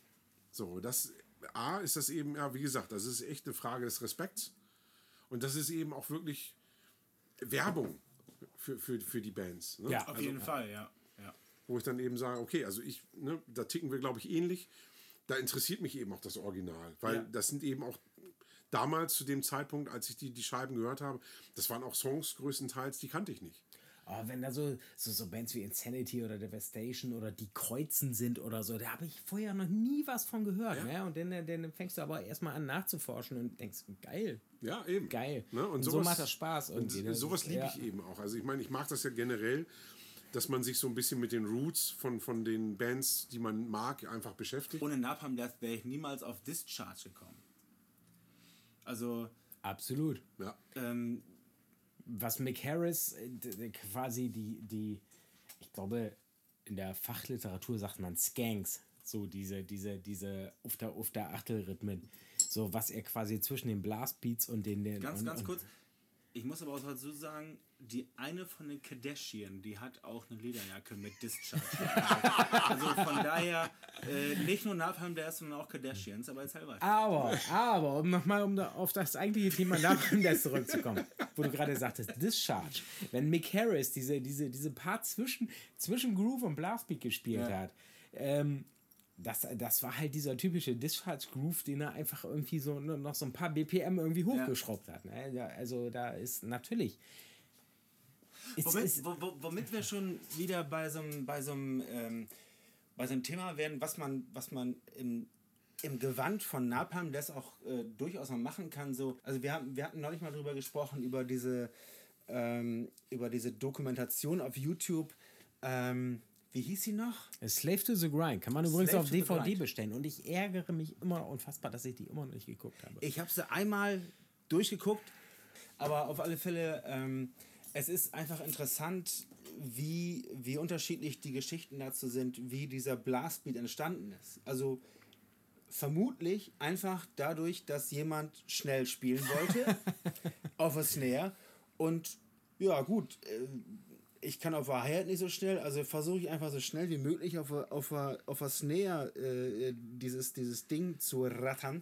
So, ist das eben, ja, wie gesagt, das ist echt eine Frage des Respekts. Und das ist eben auch wirklich Werbung für die Bands. Ne? Ja. Auf jeden Fall, ja. Wo ich dann eben sage, okay, also da ticken wir, glaube ich, ähnlich. Da interessiert mich eben auch das Original. Weil das sind eben auch damals zu dem Zeitpunkt, als ich die Scheiben gehört habe, das waren auch Songs größtenteils, die kannte ich nicht. Oh, wenn da so Bands wie Insanity oder Devastation oder Die Kreuzen sind oder so, da habe ich vorher noch nie was von gehört. Ne? Und dann fängst du aber erstmal an nachzuforschen und denkst, geil. Ja, eben. Geil. Ne? Und so macht das Spaß irgendwie. Und Das sowas ist- liebe ja. ich eben auch. Also ich meine, ich mag das ja generell, dass man sich so ein bisschen mit den Roots von den Bands, die man mag, einfach beschäftigt. Ohne Napalm Death wäre ich niemals auf Discharge gekommen. Also, Absolut. Ja. Was Mick Harris quasi ich glaube, in der Fachliteratur sagt man Skanks, so diese auf der Achtelrhythmen, so was er quasi zwischen den Blastbeats und den ganz und, kurz. Ich muss aber auch dazu sagen, die eine von den Kardashian, die hat auch eine Lederjacke mit Discharge. Also von daher, nicht nur Napalm Death, sondern auch Kardashians, aber jetzt halt weiter. Aber um nochmal auf das eigentliche Thema Napalm Death zurückzukommen, wo du gerade sagtest, Discharge, wenn Mick Harris diese Part zwischen Groove und Blastbeat gespielt hat, das war halt dieser typische Discharge-Groove, den er einfach irgendwie so noch so ein paar BPM irgendwie hochgeschraubt hat. Ne? Ja, also da ist natürlich... Womit wir schon wieder bei so einem Thema werden, was man im Gewand von Napalm das auch durchaus noch machen kann. So, also wir hatten neulich mal drüber gesprochen, über diese Dokumentation auf YouTube. Wie hieß sie noch? Slave to the Grind kann man übrigens Slave auf to the DVD Grind. bestellen. Und ich ärgere mich immer noch unfassbar, dass ich die immer noch nicht geguckt habe. Ich habe sie einmal durchgeguckt, aber auf alle Fälle, es ist einfach interessant, wie unterschiedlich die Geschichten dazu sind, wie dieser Blastbeat entstanden ist. Also vermutlich einfach dadurch, dass jemand schnell spielen wollte auf der Snare und ja gut, ich kann auf der Hi-Hat nicht so schnell, also versuche ich einfach so schnell wie möglich auf der Snare dieses Ding zu rattern.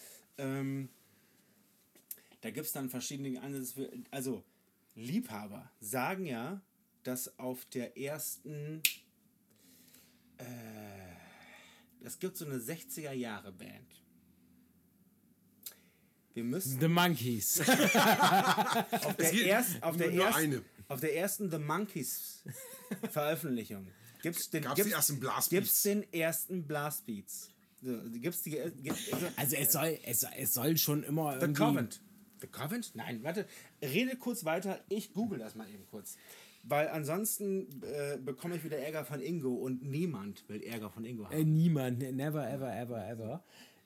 Da gibt es dann verschiedene Ansätze. Also Liebhaber sagen ja, dass auf der ersten es gibt so eine 60er-Jahre-Band. Wir müssen The Monkees. auf der ersten The Monkees Veröffentlichung gibt's die ersten Blastbeats. So, Also es soll schon immer The Covent? Nein, warte. Rede kurz weiter. Ich google das mal eben kurz. Weil ansonsten bekomme ich wieder Ärger von Ingo und niemand will Ärger von Ingo haben. Niemand, never, ever, ever, ever.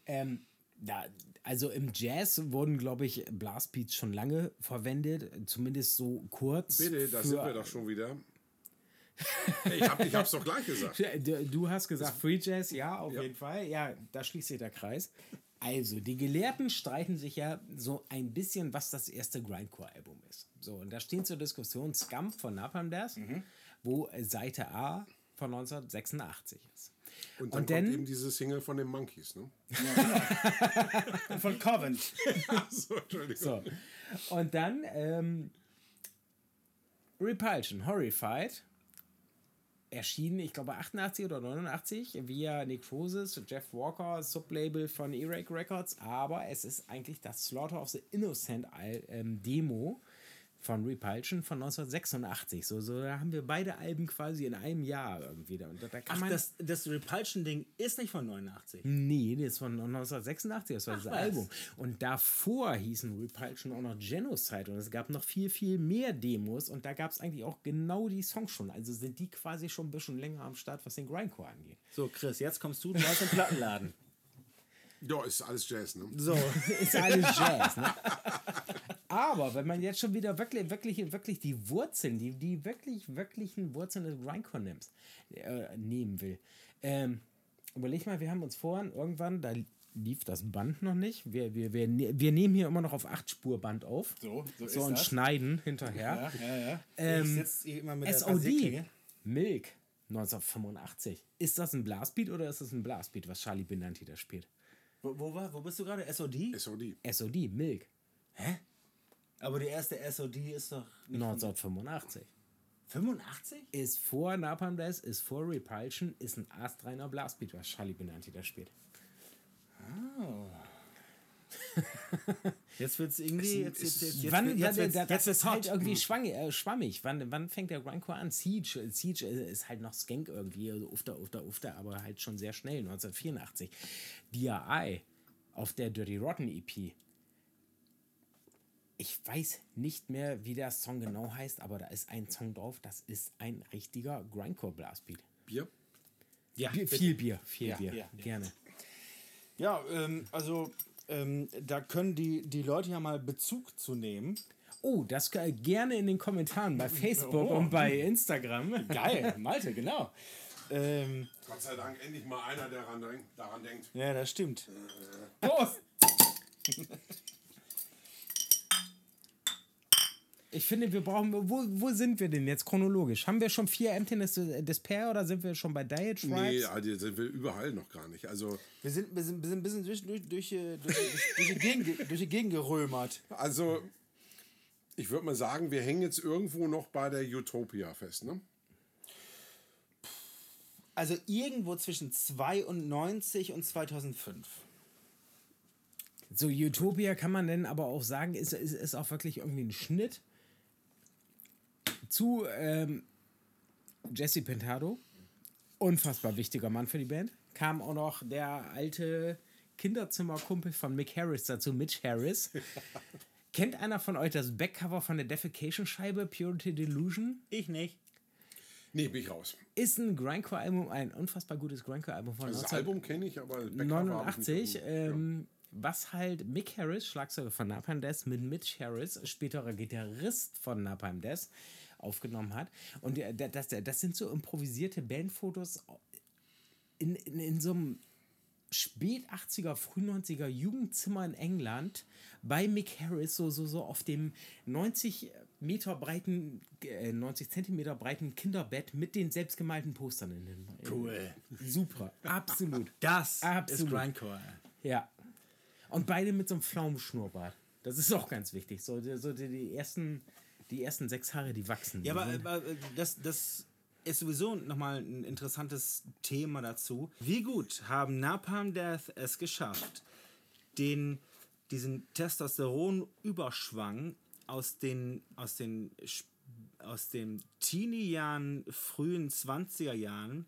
Also im Jazz wurden, glaube ich, Blastbeats schon lange verwendet, zumindest so kurz. Bitte, da sind wir doch schon wieder. Ich hab's doch gleich gesagt. Du hast gesagt Free Jazz, ja, auf jeden Fall. Ja, da schließt sich der Kreis. Also, die Gelehrten streiten sich ja so ein bisschen, was das erste Grindcore-Album ist. So, und da stehen zur Diskussion Scum von Napalm Death, wo Seite A von 1986 ist. Und dann kommt eben diese Single von den Monkeys, ne? Und von Covent. So, Entschuldigung. So. Und dann Repulsion, Horrified, erschienen, ich glaube 88 oder 89, via Necrosis, Jeff Walker, Sublabel von Earache Records, aber es ist eigentlich das Slaughter of the Innocent Demo von Repulsion von 1986. So, da haben wir beide Alben quasi in einem Jahr irgendwie. Da kann man das Repulsion-Ding ist nicht von 89. Nee, das ist von 1986, das war das Album. Und davor hießen Repulsion auch noch Genocide und es gab noch viel, viel mehr Demos und da gab es eigentlich auch genau die Songs schon. Also sind die quasi schon ein bisschen länger am Start, was den Grindcore angeht. So, Chris, jetzt kommst du aus dem Plattenladen. Ja, ist alles Jazz, ne? So, ist alles Jazz, ne? Aber wenn man jetzt schon wieder wirklich die Wurzeln, die wirklichen Wurzeln des Grindcore nehmen will. Überleg mal, wir haben uns vorhin irgendwann, da lief das Band noch nicht. Wir nehmen hier immer noch auf 8-Spur-Band auf. So ist und das. schneiden hinterher. Ja. Ich sitze hier immer mit der SOD, Rasierklinge. Milk, 1985. Ist das ein Blastbeat oder ist das ein Blastbeat, was Charlie Benanti da spielt? Wo bist du gerade? SOD? SOD. SOD, Milk. Hä? Aber die erste SOD ist doch nicht 1985. 85? Ist vor Napalm Death, ist vor Repulsion, ist ein astreiner Blastbeat, was Charlie Benanti da spielt. Jetzt wird's irgendwie. Jetzt das ist halt hot. irgendwie schwammig. Wann fängt der Grindcore an? Siege ist halt noch Skank irgendwie, also ufter, aber halt schon sehr schnell, 1984. DRI auf der Dirty Rotten EP. Ich weiß nicht mehr, wie der Song genau heißt, aber da ist ein Song drauf, das ist ein richtiger Grindcore Blastbeat. Bier? Ja, Viel Bier, Ja. gerne. Ja, da können die Leute ja mal Bezug zu nehmen. Oh, das gerne in den Kommentaren bei Facebook und bei Instagram. Geil, Malte, genau. Gott sei Dank endlich mal einer, der daran denkt. Ja, das stimmt. Prost! Ich finde, wir brauchen. Wo sind wir denn jetzt chronologisch? Haben wir schon 4 Emptiness Despair oder sind wir schon bei Diet Tribes? Nee, also sind wir überall noch gar nicht. Also, Wir sind ein bisschen durch die Gegend gerömert. also ich würde mal sagen, wir hängen jetzt irgendwo noch bei der Utopia fest, ne? Also irgendwo zwischen 92 und 2005. So, Utopia kann man denn aber auch sagen, ist auch wirklich irgendwie ein Schnitt zu Jesse Pintado. Unfassbar wichtiger Mann für die Band. Kam auch noch der alte Kinderzimmerkumpel von Mick Harris dazu, Mitch Harris. Kennt einer von euch das Backcover von der Defecation-Scheibe, Purity Delusion? Ich nicht. Nee, bin ich raus. Ist ein Grindcore-Album, ein unfassbar gutes Grindcore-Album von Also das Album kenne ich, aber das Backcover habe ich 89, nicht gefunden. was halt Mick Harris, Schlagzeuger von Napalm Death, mit Mitch Harris, späterer Gitarrist von Napalm Death, aufgenommen hat. Und das sind so improvisierte Bandfotos in so einem spät 80er, früh 90er Jugendzimmer in England bei Mick Harris, so auf dem 90 Zentimeter breiten Kinderbett mit den selbstgemalten Postern in den. Cool. Super, absolut. Das Absolut. ist Grindcore. Ja. Und beide mit so einem Pflaumenschnurrbart. Das ist auch ganz wichtig. So die ersten 6 Haare, die wachsen. Ja, aber das ist sowieso nochmal ein interessantes Thema dazu. Wie gut haben Napalm Death es geschafft, diesen Testosteron-Überschwang aus den Teenie-Jahren, frühen 20er Jahren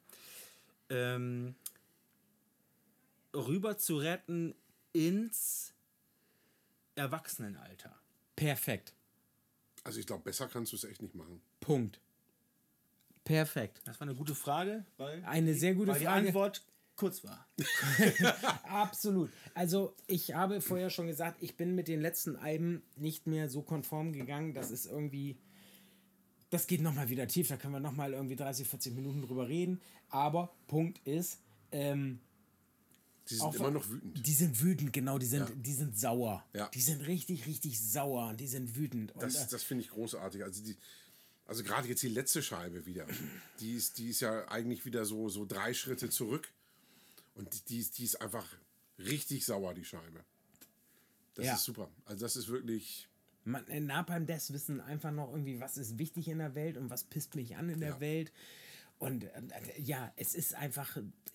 rüber zu retten ins Erwachsenenalter. Perfekt. Also ich glaube, besser kannst du es echt nicht machen. Punkt. Perfekt. Das war eine gute Frage, weil Eine sehr gute weil die Frage. Antwort kurz war. Absolut. Also ich habe vorher schon gesagt, ich bin mit den letzten Alben nicht mehr so konform gegangen. Das ist irgendwie das geht nochmal wieder tief, da können wir nochmal irgendwie 30, 40 Minuten drüber reden. Aber Punkt ist, die sind immer noch wütend. Die sind wütend, genau, die sind sauer. Ja. Die sind richtig, richtig sauer und die sind wütend. Das finde ich großartig. Also gerade jetzt die letzte Scheibe wieder, die ist ja eigentlich wieder so 3 Schritte zurück. Und die ist einfach richtig sauer, die Scheibe. Das ist super. Also das ist wirklich... In Napalm Death wissen einfach noch irgendwie, was ist wichtig in der Welt und was pisst mich an in der Welt. Und es ist einfach...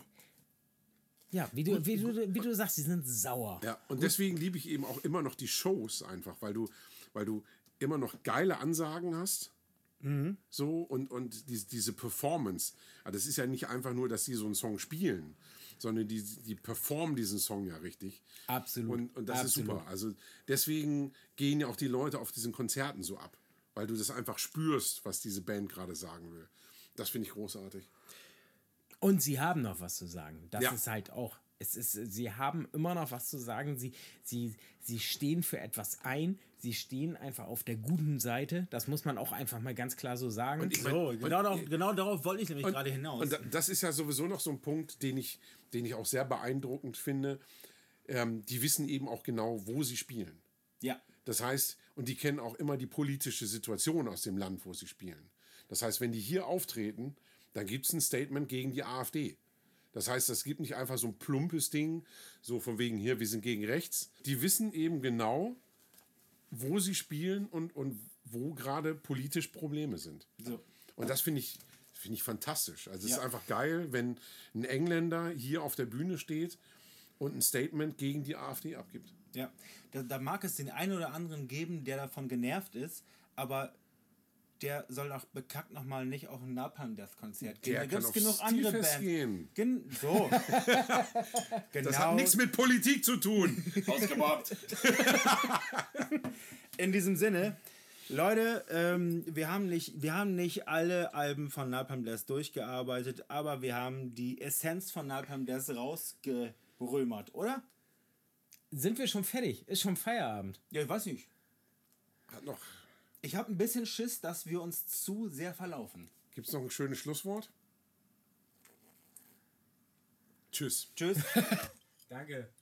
Ja, wie du sagst, die sind sauer. Ja, und deswegen liebe ich eben auch immer noch die Shows einfach, weil du immer noch geile Ansagen hast. So, und diese Performance. Also das ist ja nicht einfach nur, dass sie so einen Song spielen, sondern die performen diesen Song ja richtig. Absolut. Und das ist super. Also deswegen gehen ja auch die Leute auf diesen Konzerten so ab, weil du das einfach spürst, was diese Band gerade sagen will. Das finde ich großartig. Und sie haben noch was zu sagen. Das ist halt auch. Sie haben immer noch was zu sagen. Sie stehen für etwas ein. Sie stehen einfach auf der guten Seite. Das muss man auch einfach mal ganz klar so sagen. Genau darauf wollte ich nämlich gerade hinaus. Und das ist ja sowieso noch so ein Punkt, den ich auch sehr beeindruckend finde. Die wissen eben auch genau, wo sie spielen. Ja. Das heißt, und die kennen auch immer die politische Situation aus dem Land, wo sie spielen. Das heißt, wenn die hier auftreten, dann gibt es ein Statement gegen die AfD. Das heißt, es gibt nicht einfach so ein plumpes Ding, so von wegen hier, wir sind gegen rechts. Die wissen eben genau, wo sie spielen und wo gerade politisch Probleme sind. So. Und das finde ich fantastisch. Also es ist einfach geil, wenn ein Engländer hier auf der Bühne steht und ein Statement gegen die AfD abgibt. Ja, da mag es den einen oder anderen geben, der davon genervt ist, aber der soll auch bekackt nochmal nicht auf ein Napalm Death Konzert gehen. Der Da gibt es kann genug aufs andere Stilfest Bands. gehen. So. Genau. Das hat nichts mit Politik zu tun. Ausgemobbt. In diesem Sinne, Leute, wir haben nicht alle Alben von Napalm Death durchgearbeitet, aber wir haben die Essenz von Napalm Death rausgerömert, oder? Sind wir schon fertig? Ist schon Feierabend? Ja, ich weiß nicht. Hat noch... Ich habe ein bisschen Schiss, dass wir uns zu sehr verlaufen. Gibt es noch ein schönes Schlusswort? Tschüss. Tschüss. Danke.